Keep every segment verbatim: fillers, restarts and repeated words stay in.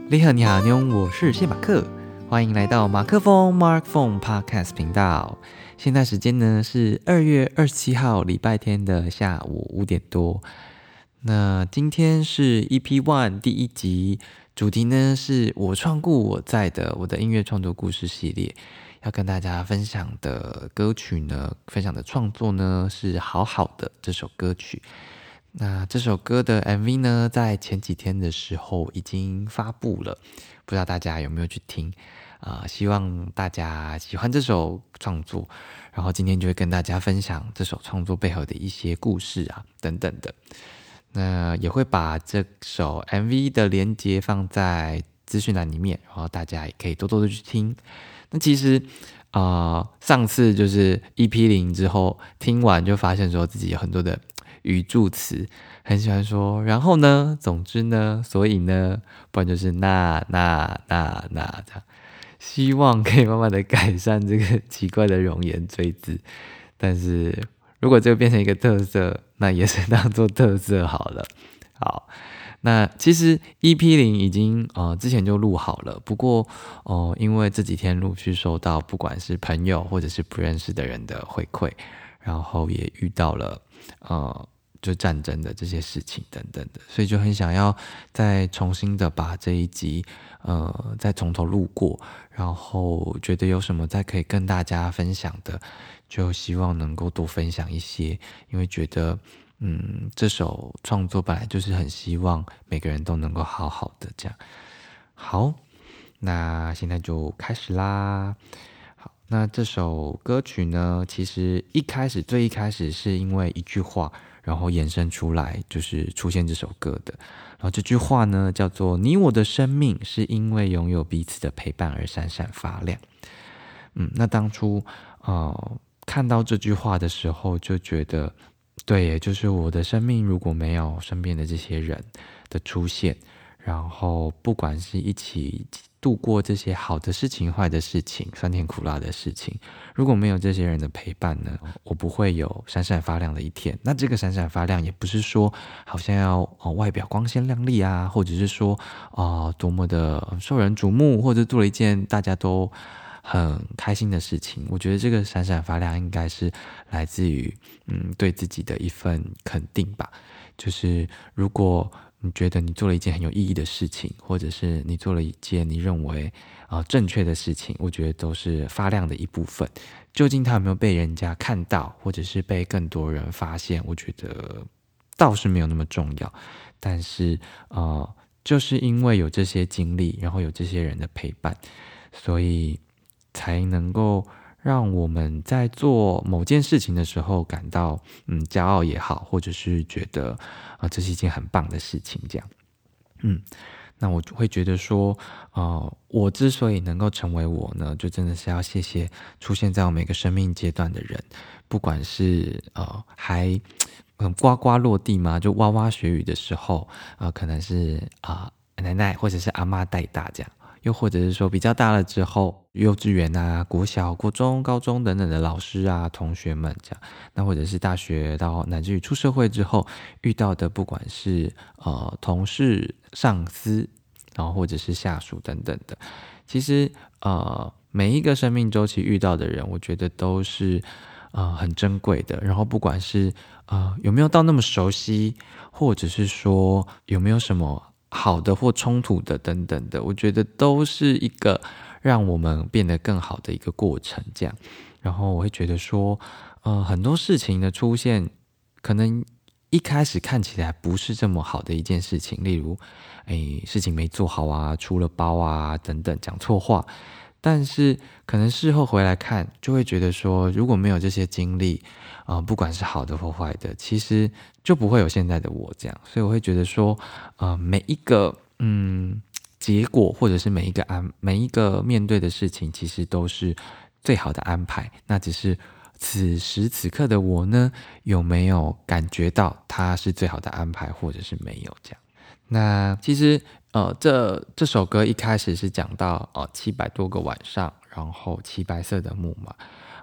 你好，你好，妞，我是谢马克，欢迎来到马克风 Mark Phone Podcast 频道。现在时间呢是二月二十七号礼拜天的下午五点多。那今天是 E P 一 第一集，主题呢是我创故我在的我的音乐创作故事系列。要跟大家分享的歌曲呢，分享的创作呢是好好的这首歌曲。那这首歌的 M V 呢，在前几天的时候已经发布了，不知道大家有没有去听啊、呃？希望大家喜欢这首创作，然后今天就会跟大家分享这首创作背后的一些故事啊，等等的。那也会把这首 M V 的连结放在资讯栏里面，然后大家也可以多多的去听。那其实啊、呃，上次就是 E P 零 之后听完就发现说自己有很多的语助词，很喜欢说然后呢，总之呢，所以呢，不然就是那那那那这样。希望可以慢慢的改善这个奇怪的冗言赘字，但是如果这个变成一个特色，那也是当做特色好了。好，那其实 E P 零 已经呃之前就录好了，不过哦、呃，因为这几天陆续收到不管是朋友或者是不认识的人的回馈，然后也遇到了呃就战争的这些事情等等的，所以就很想要再重新的把这一集呃再从头录过，然后觉得有什么再可以跟大家分享的，就希望能够多分享一些，因为觉得嗯，这首创作本来就是很希望每个人都能够好好的这样。好，那现在就开始啦。好，那这首歌曲呢，其实一开始最一开始是因为一句话，然后延伸出来，就是出现这首歌的。然后这句话呢，叫做“你我的生命是因为拥有彼此的陪伴而闪闪发亮”。嗯，那当初呃看到这句话的时候，就觉得。对，也就是我的生命如果没有身边的这些人的出现，然后不管是一起度过这些好的事情、坏的事情、酸甜苦辣的事情，如果没有这些人的陪伴呢，我不会有闪闪发亮的一天。那这个闪闪发亮也不是说好像要、呃、外表光鲜亮丽啊，或者是说啊、呃、多么的受人瞩目，或者做了一件大家都很开心的事情。我觉得这个闪闪发亮应该是来自于嗯对自己的一份肯定吧。就是如果你觉得你做了一件很有意义的事情，或者是你做了一件你认为啊、呃、正确的事情，我觉得都是发亮的一部分。究竟它有没有被人家看到，或者是被更多人发现，我觉得倒是没有那么重要。但是呃就是因为有这些经历，然后有这些人的陪伴，所以才能够让我们在做某件事情的时候感到嗯骄傲也好，或者是觉得啊、呃、这是一件很棒的事情这样。嗯，那我会觉得说呃我之所以能够成为我呢，就真的是要谢谢出现在我每个生命阶段的人，不管是呃还嗯呱呱落地嘛，就哇哇学语的时候呃可能是啊、呃、奶奶或者是阿嬷带大这样，又或者是说比较大了之后，幼稚园啊、国小、国中、高中等等的老师啊、同学们这样，那或者是大学到乃至于出社会之后遇到的，不管是呃同事、上司，然后或者是下属等等的，其实呃每一个生命周期遇到的人，我觉得都是呃很珍贵的。然后不管是呃有没有到那么熟悉，或者是说有没有什么好的或冲突的等等的，我觉得都是一个让我们变得更好的一个过程这样。然后我会觉得说呃，很多事情的出现可能一开始看起来不是这么好的一件事情，例如诶事情没做好啊，出了包啊等等，讲错话，但是可能事后回来看，就会觉得说如果没有这些经历呃，不管是好的或坏的，其实就不会有现在的我这样。所以我会觉得说呃，每一个嗯结果，或者是每一个安每一个面对的事情，其实都是最好的安排，那只是此时此刻的我呢，有没有感觉到它是最好的安排，或者是没有这样。那其实呃，这这首歌一开始是讲到呃七百多个晚上，然后骑白色的木马。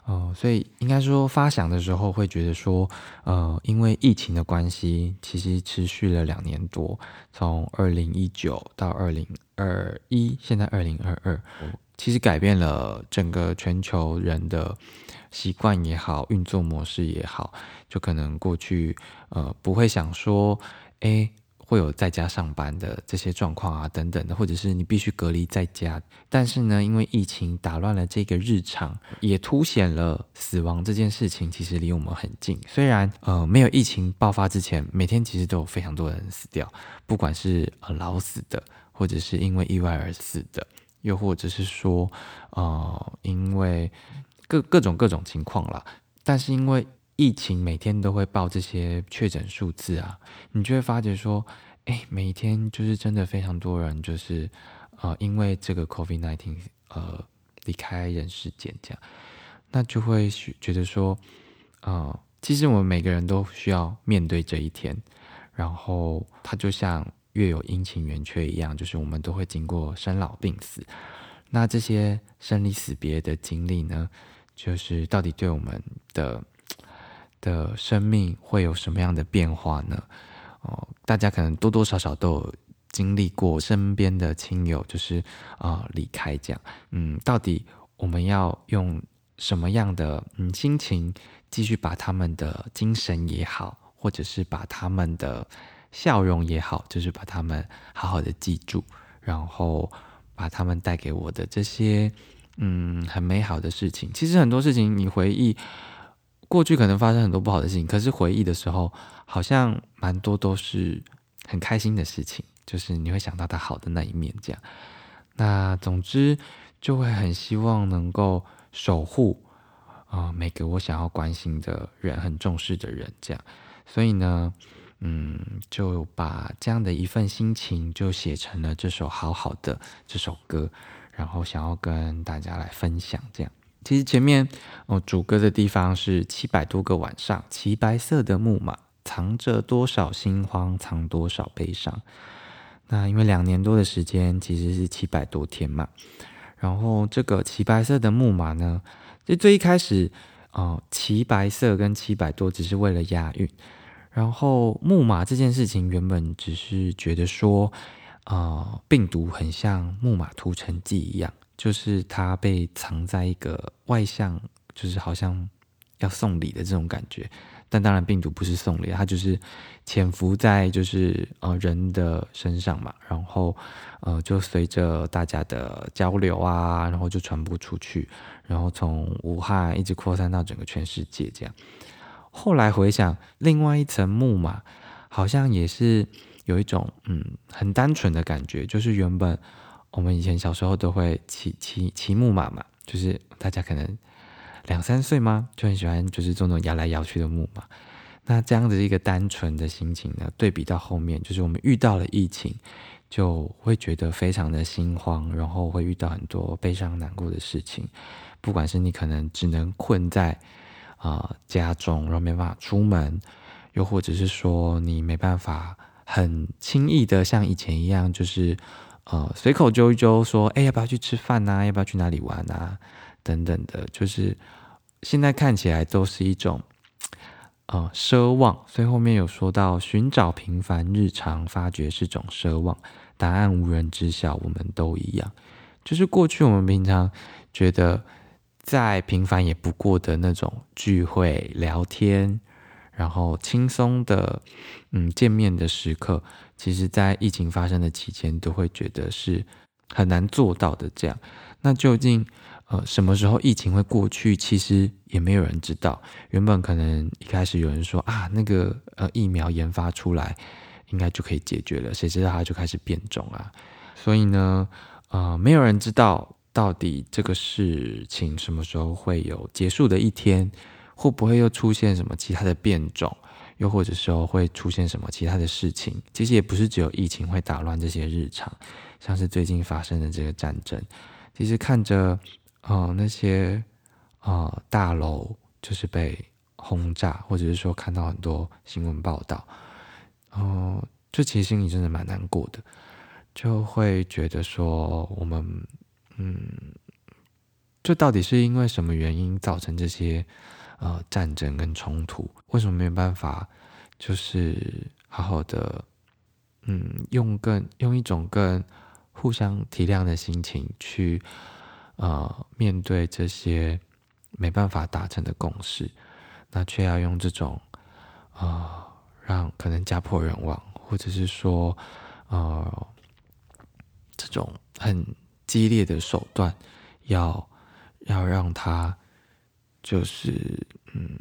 呃，所以应该说发想的时候会觉得说，呃，因为疫情的关系，其实持续了两年多，从二零一九到二零二一，现在二零二二，其实改变了整个全球人的习惯也好，运作模式也好，就可能过去呃不会想说，诶。会有在家上班的这些状况啊，等等的，或者是你必须隔离在家。但是呢，因为疫情打乱了这个日常，也凸显了死亡这件事情其实离我们很近。虽然呃没有疫情爆发之前，每天其实都有非常多人死掉，不管是呃老死的，或者是因为意外而死的，又或者是说呃因为各各种各种情况啦。但是因为疫情每天都会报这些确诊数字啊，你就会发觉说，哎，每一天就是真的非常多人就是呃因为这个 COVID 十九 呃离开人世间这样，那就会觉得说，呃，其实我们每个人都需要面对这一天，然后它就像月有阴晴圆缺一样，就是我们都会经过生老病死，那这些生离死别的经历呢，就是到底对我们的的生命会有什么样的变化呢？哦，大家可能多多少少都有经历过身边的亲友就是啊、呃、离开这样，嗯，到底我们要用什么样的嗯心情继续把他们的精神也好，或者是把他们的笑容也好，就是把他们好好的记住，然后把他们带给我的这些嗯很美好的事情。其实很多事情你回忆过去可能发生很多不好的事情，可是回忆的时候好像蛮多都是很开心的事情，就是你会想到他好的那一面这样。那总之就会很希望能够守护呃每个我想要关心的人，很重视的人这样。所以呢嗯，就把这样的一份心情就写成了这首好好的这首歌，然后想要跟大家来分享这样。其实前面哦，主歌的地方是七百多个晚上，骑白色的木马，藏着多少心慌，藏多少悲伤。那因为两年多的时间，其实是七百多天嘛。然后这个骑白色的木马呢，就最一开始，哦，骑白色跟七百多只是为了押韵。然后木马这件事情原本只是觉得说，呃，病毒很像木马屠城记一样。就是它被藏在一个外向，就是好像要送礼的这种感觉，但当然病毒不是送礼，它就是潜伏在就是呃人的身上嘛，然后呃就随着大家的交流啊，然后就传播出去，然后从武汉一直扩散到整个全世界这样。后来回想，另外一层木马好像也是有一种嗯很单纯的感觉，就是原本我们以前小时候都会骑骑骑木马嘛，就是大家可能两三岁吗，就很喜欢就是做那种摇来摇去的木马。那这样的一个单纯的心情呢，对比到后面，就是我们遇到了疫情，就会觉得非常的心慌，然后会遇到很多悲伤难过的事情。不管是你可能只能困在啊、呃、家中，然后没办法出门，又或者是说你没办法很轻易的像以前一样，就是呃随口揪一揪说，哎，要不要去吃饭啊？要不要去哪里玩啊？等等的，就是现在看起来都是一种呃奢望。所以后面有说到，寻找平凡日常，发觉是种奢望，答案无人知晓，我们都一样。就是过去我们平常觉得再平凡也不过的那种聚会聊天，然后轻松的嗯见面的时刻，其实在疫情发生的期间都会觉得是很难做到的这样。那究竟呃什么时候疫情会过去，其实也没有人知道。原本可能一开始有人说啊那个呃疫苗研发出来应该就可以解决了，谁知道它就开始变种啊。所以呢呃没有人知道到底这个事情什么时候会有结束的一天，会不会又出现什么其他的变种，又或者说会出现什么其他的事情。其实也不是只有疫情会打乱这些日常，像是最近发生的这个战争，其实看着呃那些呃大楼就是被轰炸，或者是说看到很多新闻报道，呃就其实心里真的蛮难过的，就会觉得说我们嗯这到底是因为什么原因造成这些呃战争跟冲突？为什么没有办法就是好好的嗯用更用一种更互相体谅的心情去呃面对这些没办法达成的共识，那却要用这种呃让可能家破人亡，或者是说呃这种很激烈的手段，要要让他就是嗯，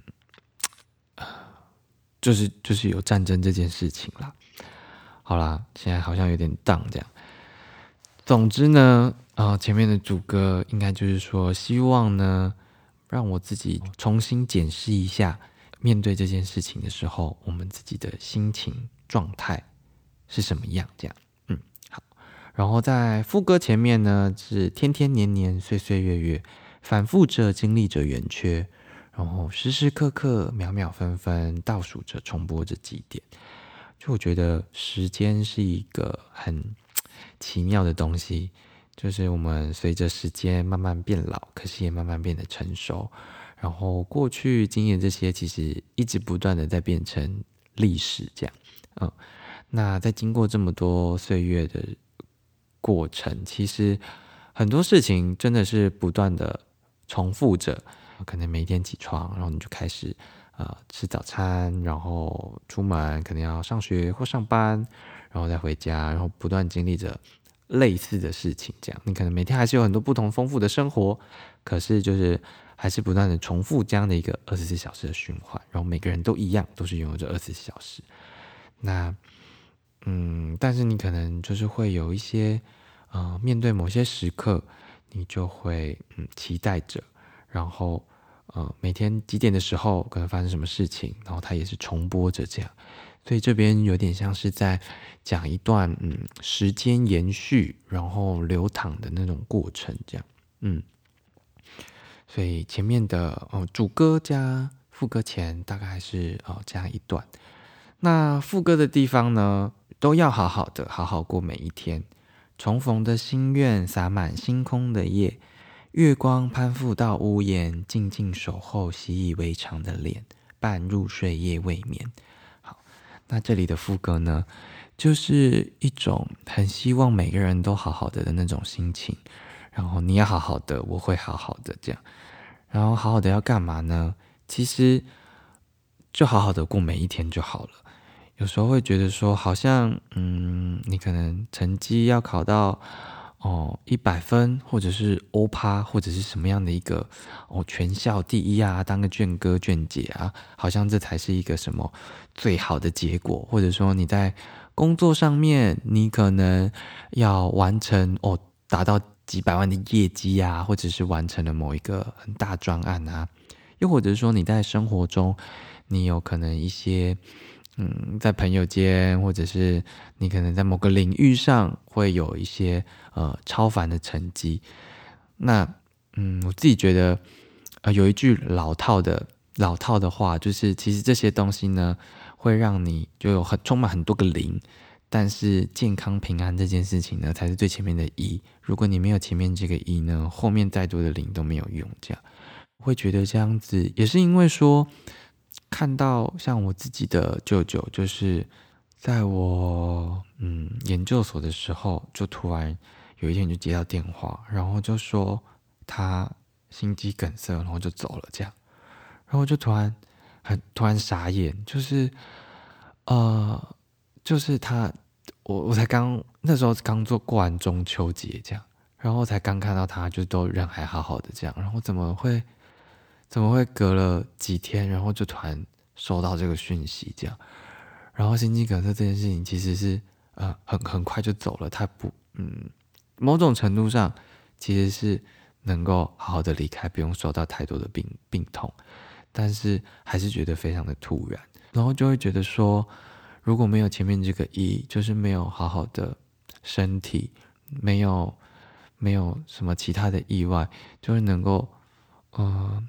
就是就是有战争这件事情啦。好啦，现在好像有点荡这样。总之呢，呃，前面的主歌应该就是说，希望呢，让我自己重新检视一下，面对这件事情的时候，我们自己的心情状态是什么样，这样。嗯，好。然后在副歌前面呢，是天天年年岁岁月月，反复着经历着圆缺，然后时时刻刻秒秒分分倒数着重播着几点。就我觉得时间是一个很奇妙的东西，就是我们随着时间慢慢变老，可是也慢慢变得成熟，然后过去经验这些其实一直不断的在变成历史这样。嗯，那在经过这么多岁月的过程，其实很多事情真的是不断的重复着，可能每一天起床，然后你就开始呃吃早餐，然后出门可能要上学或上班，然后再回家，然后不断经历着类似的事情，这样你可能每天还是有很多不同丰富的生活，可是就是还是不断的重复这样的一个二十四小时的循环，然后每个人都一样，都是拥有着二十四小时。那嗯，但是你可能就是会有一些呃，面对某些时刻，你就会嗯期待着，然后呃每天几点的时候可能发生什么事情，然后它也是重播着这样，所以这边有点像是在讲一段嗯时间延续然后流淌的那种过程这样。嗯，所以前面的呃主歌加副歌前大概是呃这样一段，那副歌的地方呢，都要好好的好好过每一天。重逢的心愿洒满星空的夜，月光攀附到屋檐，静静守候习以为常的脸，伴入睡夜未眠。好，那这里的副歌呢，就是一种很希望每个人都好好的的那种心情，然后你要好好的，我会好好的这样，然后好好的要干嘛呢？其实就好好的过每一天就好了。有时候会觉得说，好像嗯，你可能成绩要考到哦一百分，或者是欧趴，或者是什么样的一个哦全校第一啊，当个卷哥卷姐啊，好像这才是一个什么最好的结果，或者说你在工作上面，你可能要完成哦达到几百万的业绩啊，或者是完成了某一个很大专案啊，又或者是说你在生活中，你有可能一些。嗯，在朋友间，或者是你可能在某个领域上会有一些呃超凡的成绩。那嗯，我自己觉得，呃，有一句老套的老套的话，就是其实这些东西呢，会让你就有很充满很多个零，但是健康平安这件事情呢，才是最前面的一。如果你没有前面这个一呢，后面再多的零都没有用。这样，我会觉得这样子，也是因为说。看到像我自己的舅舅，就是在我嗯研究所的时候，就突然有一天就接到电话，然后就说他心肌梗塞，然后就走了这样，然后就突然很突然傻眼，就是呃就是他我我才刚那时候刚做过完中秋节这样，然后才刚看到他就都人还好好的这样，然后怎么会？怎么会隔了几天，然后就突然收到这个讯息这样？然后心肌梗塞这件事情其实是呃很很快就走了，他不嗯某种程度上其实是能够好好的离开，不用受到太多的病病痛，但是还是觉得非常的突然，然后就会觉得说如果没有前面这个一，就是没有好好的身体，没有没有什么其他的意外，就是能够呃。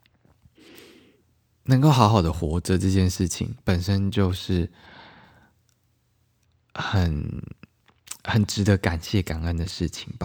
能够好好的活着这件事情本身就是很很值得感谢感恩的事情吧。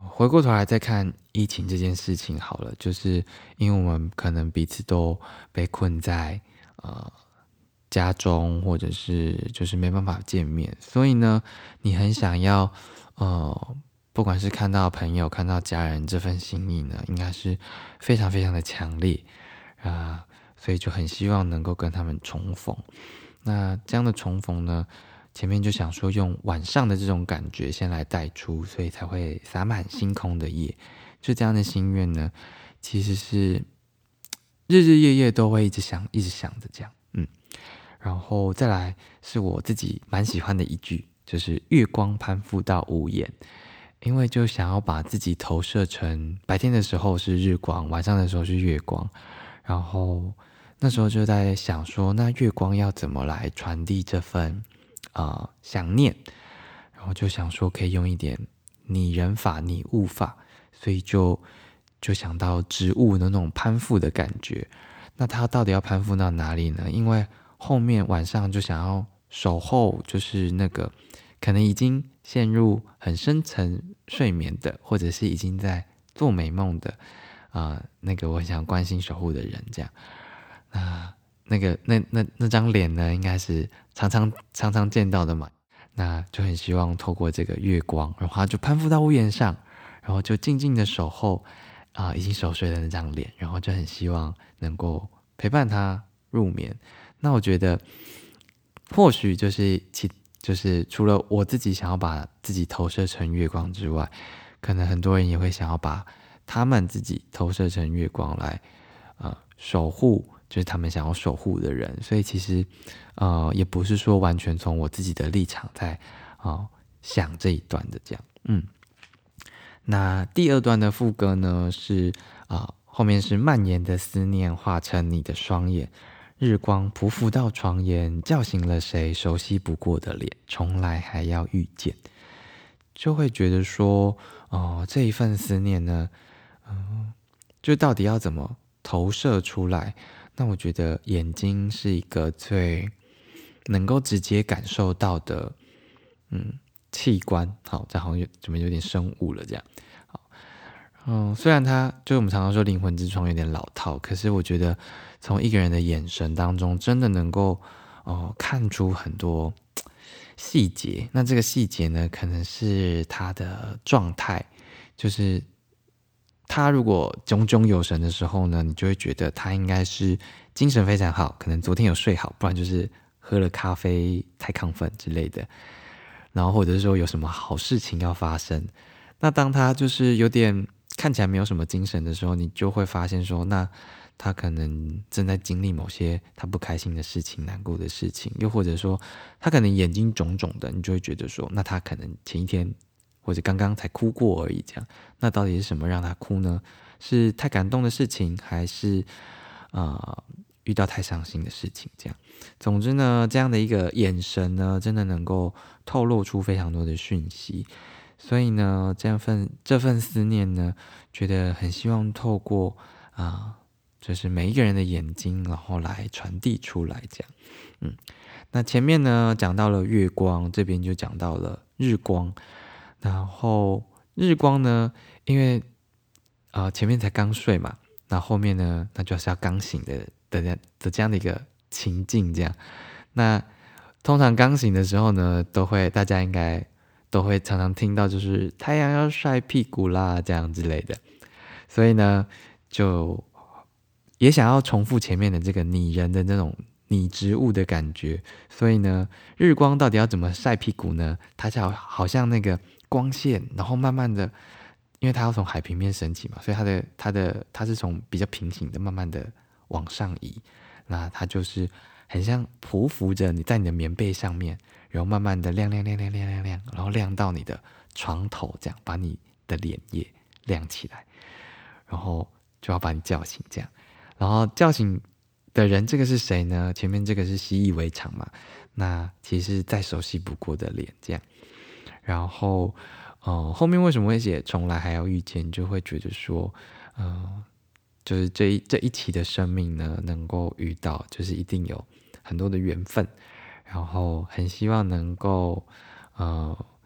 回过头来再看疫情这件事情好了，就是因为我们可能彼此都被困在呃家中，或者是就是没办法见面，所以呢，你很想要呃，不管是看到朋友、看到家人，这份心意呢，应该是非常非常的强烈啊、呃，所以就很希望能够跟他们重逢。那这样的重逢呢，前面就想说用晚上的这种感觉先来带出，所以才会洒满星空的夜。就这样的心愿呢，其实是日日夜夜都会一直想，一直想着这样。嗯，然后再来是我自己蛮喜欢的一句，就是月光攀附到屋檐，因为就想要把自己投射成白天的时候是日光，晚上的时候是月光，然后那时候就在想说，那月光要怎么来传递这份啊、呃、想念，然后就想说可以用一点拟人法、拟物法，所以就就想到植物的那种攀附的感觉。那它到底要攀附到哪里呢？因为后面晚上就想要守候，就是那个可能已经陷入很深层睡眠的，或者是已经在做美梦的啊、呃，那个我想关心守护的人，这样。那那个那那那张脸呢，应该是常常常常见到的嘛。那就很希望透过这个月光，然后它就攀附到屋檐上，然后就静静的守候啊、呃，已经熟睡的那张脸，然后就很希望能够陪伴他入眠。那我觉得，或许就是其就是除了我自己想要把自己投射成月光之外，可能很多人也会想要把他们自己投射成月光来，呃，守护，就是他们想要守护的人。所以其实，呃，也不是说完全从我自己的立场在啊、呃、想这一段的这样。嗯，那第二段的副歌呢是啊、呃、后面是蔓延的思念化成你的双眼，日光匍匐到床沿，叫醒了谁熟悉不过的脸，从来还要遇见。就会觉得说，哦，这一份思念呢，嗯、呃，就到底要怎么投射出来？那我觉得眼睛是一个最能够直接感受到的，嗯，器官。好，这好像有怎么有点生物了这样。好，嗯，虽然它就我们常常说灵魂之窗有点老套，可是我觉得从一个人的眼神当中，真的能够哦、呃、看出很多细节。那这个细节呢，可能是他的状态，就是他如果炯炯有神的时候呢，你就会觉得他应该是精神非常好，可能昨天有睡好，不然就是喝了咖啡太亢奋之类的，然后或者是说有什么好事情要发生。那当他就是有点看起来没有什么精神的时候，你就会发现说，那他可能正在经历某些他不开心的事情、难过的事情，又或者说他可能眼睛肿肿的，你就会觉得说，那他可能前一天或者刚刚才哭过而已，这样。那到底是什么让他哭呢？是太感动的事情，还是呃遇到太伤心的事情？这样，总之呢，这样的一个眼神呢，真的能够透露出非常多的讯息。所以呢，这份这份思念呢，觉得很希望透过啊、呃，就是每一个人的眼睛，然后来传递出来，这样。嗯，那前面呢讲到了月光，这边就讲到了日光。然后日光呢，因为呃前面才刚睡嘛，那后面呢，那就是要刚醒的的的这样的一个情境，这样。那通常刚醒的时候呢，都会大家应该都会常常听到，就是太阳要晒屁股啦，这样之类的。所以呢，就也想要重复前面的这个拟人的那种拟植物的感觉。所以呢，日光到底要怎么晒屁股呢？它就好像那个光线，然后慢慢的，因为它要从海平面升起嘛，所以它的它的它是从比较平行的慢慢的往上移。那它就是很像匍匐着你在你的棉被上面，然后慢慢的亮亮亮亮亮亮亮，然后亮到你的床头，这样把你的脸也亮起来，然后就要把你叫醒，这样。然后叫醒的人，这个是谁呢？前面这个是习以为常嘛，那其实再熟悉不过的脸，这样。然后，呃，后面为什么会写从来还要遇见，就会觉得说，呃，就是这一这一期的生命呢，能够遇到，就是一定有很多的缘分，然后很希望能够，呃，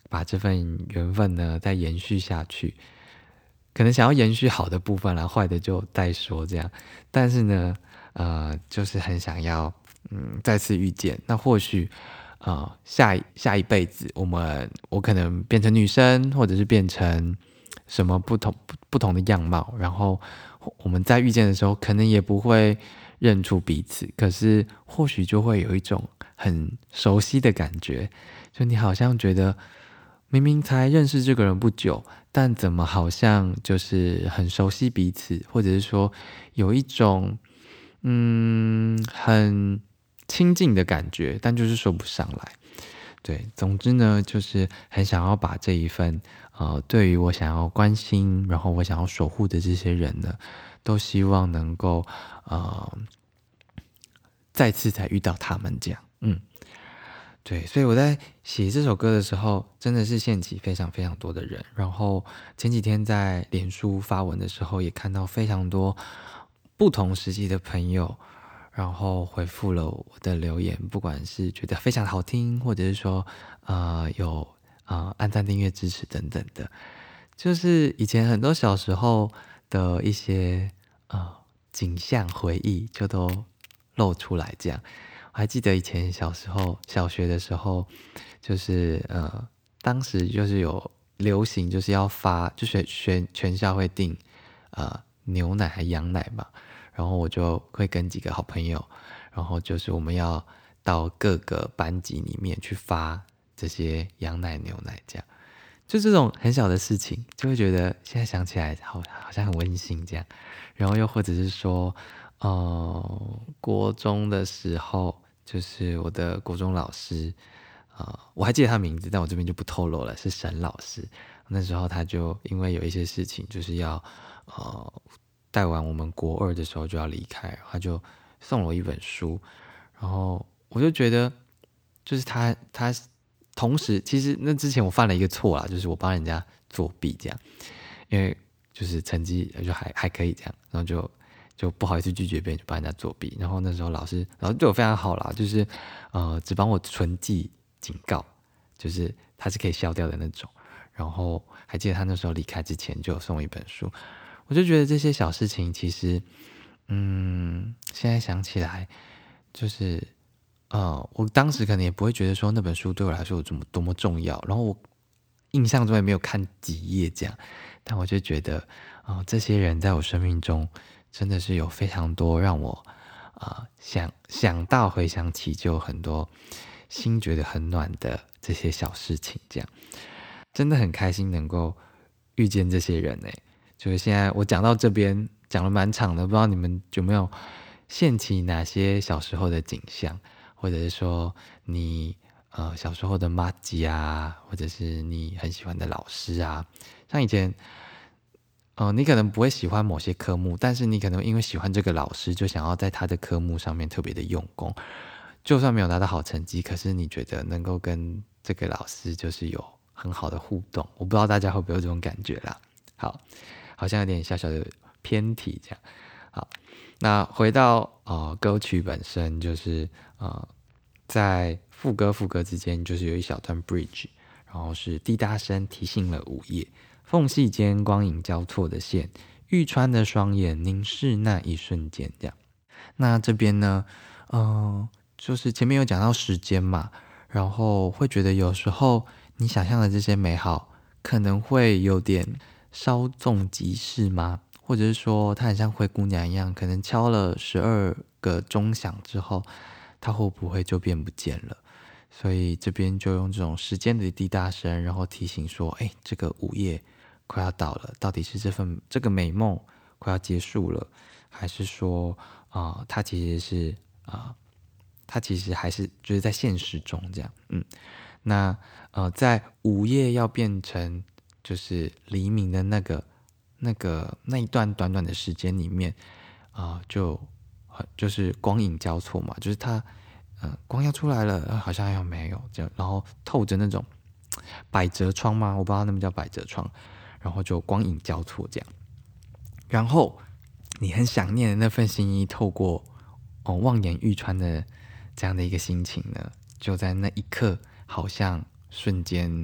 把这份缘分呢再延续下去。可能想要延续好的部分啦，坏的就再说这样。但是呢，呃，就是很想要，嗯，再次遇见。那或许，呃，下一下一辈子，我们我可能变成女生，或者是变成什么不同不不同的样貌，然后我们在遇见的时候，可能也不会认出彼此，可是或许就会有一种很熟悉的感觉，就你好像觉得明明才认识这个人不久，但怎么好像就是很熟悉彼此，或者是说有一种嗯很亲近的感觉，但就是说不上来。对，总之呢，就是很想要把这一份呃，对于我想要关心，然后我想要守护的这些人呢，都希望能够呃再次才遇到他们这样。嗯，对，所以我在写这首歌的时候，真的是献起非常非常多的人。然后前几天在脸书发文的时候，也看到非常多不同时期的朋友，然后回复了我的留言，不管是觉得非常好听，或者是说呃有呃按赞订阅支持等等的，就是以前很多小时候的一些呃景象回忆就都露出来这样。我还记得以前小时候小学的时候，就是呃当时就是有流行就是要发，就是全全校会订呃牛奶还羊奶嘛，然后我就会跟几个好朋友，然后就是我们要到各个班级里面去发这些羊奶牛奶这样。就这种很小的事情，就会觉得现在想起来好好像很温馨这样。然后又或者是说呃国中的时候，就是我的国中老师呃我还记得他名字，但我这边就不透露了，是沈老师。那时候他就因为有一些事情就是要呃带完我们国二的时候就要离开，他就送了我一本书，然后我就觉得就是他他同时其实那之前我犯了一个错啦，就是我帮人家作弊这样，因为就是成绩就还还可以这样，然后就就不好意思拒绝别人，就帮人家作弊。然后那时候老师老师对我非常好啦，就是呃只帮我存记警告，就是他是可以消掉的那种。然后还记得他那时候离开之前就有送我一本书，我就觉得这些小事情其实嗯现在想起来就是呃我当时可能也不会觉得说那本书对我来说有这么多么重要，然后我印象中也没有看几页这样，但我就觉得呃这些人在我生命中真的是有非常多让我呃想想到回想起就有很多心觉得很暖的这些小事情这样。真的很开心能够遇见这些人欸，就是现在我讲到这边讲了蛮长的，不知道你们有没有现起哪些小时候的景象，或者是说你呃小时候的麻吉啊，或者是你很喜欢的老师啊。像以前呃你可能不会喜欢某些科目，但是你可能因为喜欢这个老师，就想要在他的科目上面特别的用功，就算没有拿到好成绩，可是你觉得能够跟这个老师就是有很好的互动，我不知道大家会不会有这种感觉啦。好，好像有点小小的偏题这样。好，那回到呃歌曲本身，就是呃在副歌副歌之间，就是有一小段 bridge， 然后是滴答声提醒了午夜，缝隙间光影交错的线，玉川的双眼凝视那一瞬间这样。那这边呢，呃，就是前面有讲到时间嘛，然后会觉得有时候你想象的这些美好可能会有点稍纵即逝吗？或者是说它很像灰姑娘一样，可能敲了十二个钟响之后，它会不会就变不见了？所以这边就用这种时间的滴答声，然后提醒说，哎，这个午夜快要到了，到底是这份这个美梦快要结束了，还是说啊、呃，它其实是啊、呃，它其实还是就是在现实中这样，嗯。那呃，在午夜要变成就是黎明的那个、那个那一段短短的时间里面，啊、呃，就就是光影交错嘛，就是它，呃，光要出来了，好像又没有这样，然后透着那种百褶窗吗？我不知道那么叫百褶窗，然后就光影交错这样，然后你很想念的那份心意，透过哦望眼欲穿的这样的一个心情呢，就在那一刻。好像瞬间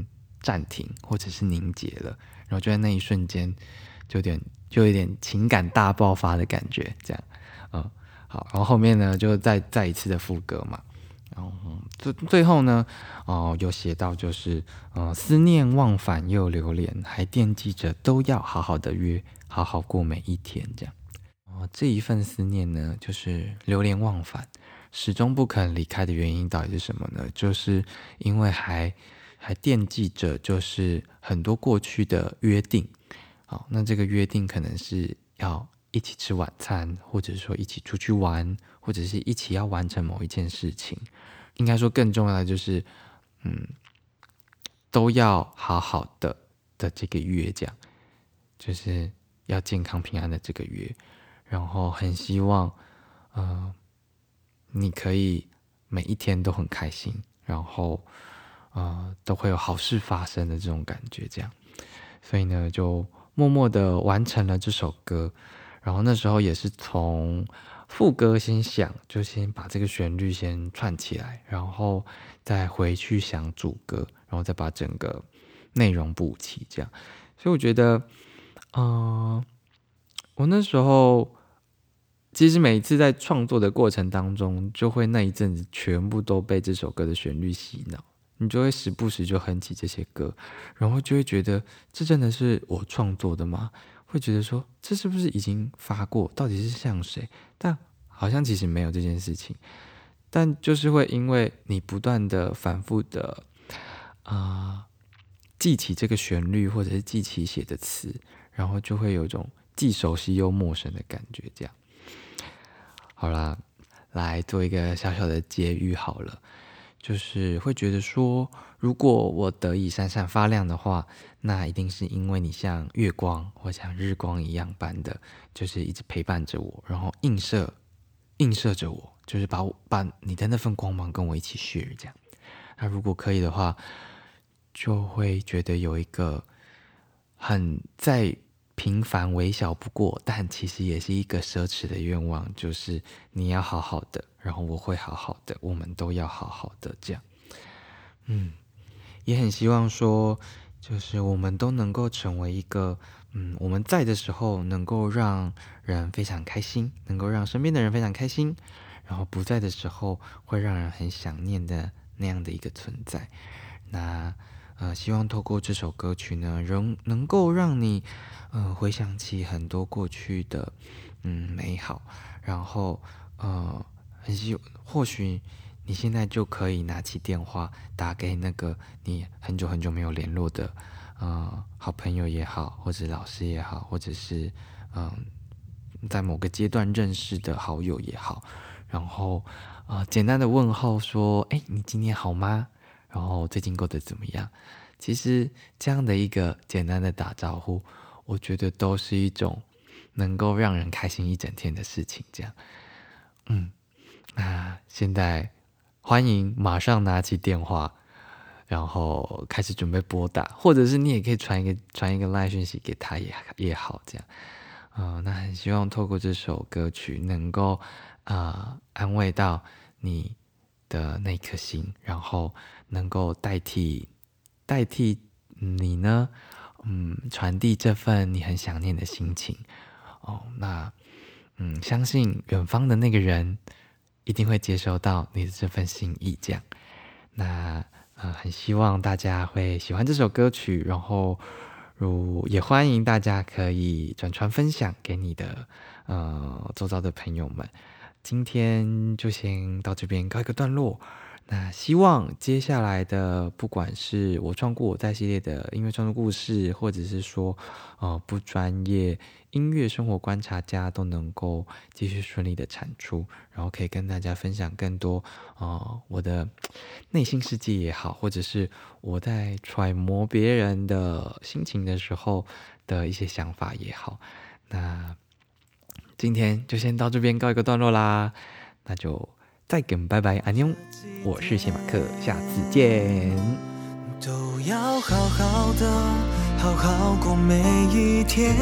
暂停或者是凝结了，然后就在那一瞬间就有点就有点情感大爆发的感觉，这样，嗯，好，然后后面呢就再再一次的副歌嘛，然后最最后呢，哦、呃，有写到就是，呃，思念忘返又流连，还惦记着都要好好的约，好好过每一天，这样。哦，这一份思念呢，就是流连忘返，始终不肯离开的原因到底是什么呢？就是因为还还惦记着，就是很多过去的约定。好，那这个约定可能是要一起吃晚餐，或者说一起出去玩，或者是一起要完成某一件事情。应该说更重要的就是，嗯，都要好好的的这个约，这样就是要健康平安的这个约。然后很希望，呃，你可以每一天都很开心，然后，呃，都会有好事发生的这种感觉，这样。所以呢，就默默的完成了这首歌。然后那时候也是从副歌先想，就先把这个旋律先串起来，然后再回去想主歌，然后再把整个内容补齐，这样。所以我觉得，嗯、呃，我那时候。其实每一次在创作的过程当中，就会那一阵子全部都被这首歌的旋律洗脑，你就会时不时就哼起这些歌，然后就会觉得这真的是我创作的吗？会觉得说这是不是已经发过？到底是像谁？但好像其实没有这件事情，但就是会因为你不断的反复的啊、呃、记起这个旋律，或者是记起写的词，然后就会有一种既熟悉又陌生的感觉，这样。好啦，来做一个小小的结语好了，就是会觉得说，如果我得以闪闪发亮的话，那一定是因为你像月光或像日光一样般的，就是一直陪伴着我，然后映射映射着我，就是把我把你的那份光芒跟我一起 share 这样。那如果可以的话，就会觉得有一个很在平凡微小不过，但其实也是一个奢侈的愿望，就是你要好好的，然后我会好好的，我们都要好好的，这样。嗯，也很希望说，就是我们都能够成为一个，嗯，我们在的时候能够让人非常开心，能够让身边的人非常开心，然后不在的时候会让人很想念的那样的一个存在。那呃，希望透过这首歌曲呢，能能够让你，呃，回想起很多过去的，嗯，美好，然后，呃，很希，或许你现在就可以拿起电话打给那个你很久很久没有联络的，呃，好朋友也好，或者老师也好，或者是嗯、呃，在某个阶段认识的好友也好，然后，呃，简单的问候说，哎，你今天好吗？然后最近过得怎么样？其实这样的一个简单的打招呼，我觉得都是一种能够让人开心一整天的事情。这样，嗯，那现在欢迎马上拿起电话，然后开始准备拨打，或者是你也可以传一个传一个 LINE 讯息给他也也好，这样。呃，那很希望透过这首歌曲能够呃安慰到你的那颗心，然后能够代替代替你呢，嗯，传递这份你很想念的心情。哦，那嗯，相信远方的那个人一定会接收到你的这份心意，这样。那呃，很希望大家会喜欢这首歌曲，然后如也欢迎大家可以转传分享给你的呃周遭的朋友们。今天就先到这边告一个段落。那希望接下来的，不管是我创故我在系列的音乐创作故事，或者是说，呃，不专业音乐生活观察家，都能够继续顺利的产出，然后可以跟大家分享更多，呃，我的内心世界也好，或者是我在揣摩别人的心情的时候的一些想法也好。那今天就先到这边告一个段落啦，那就再跟拜拜，安妞，我是谢马克，下次见。 都要好好的，好好过每一天。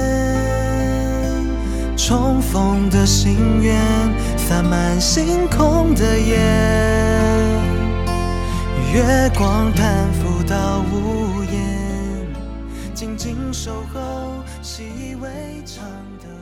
重逢的心愿，洒满星空的夜，月光攀附到屋静静守候，习以为常的。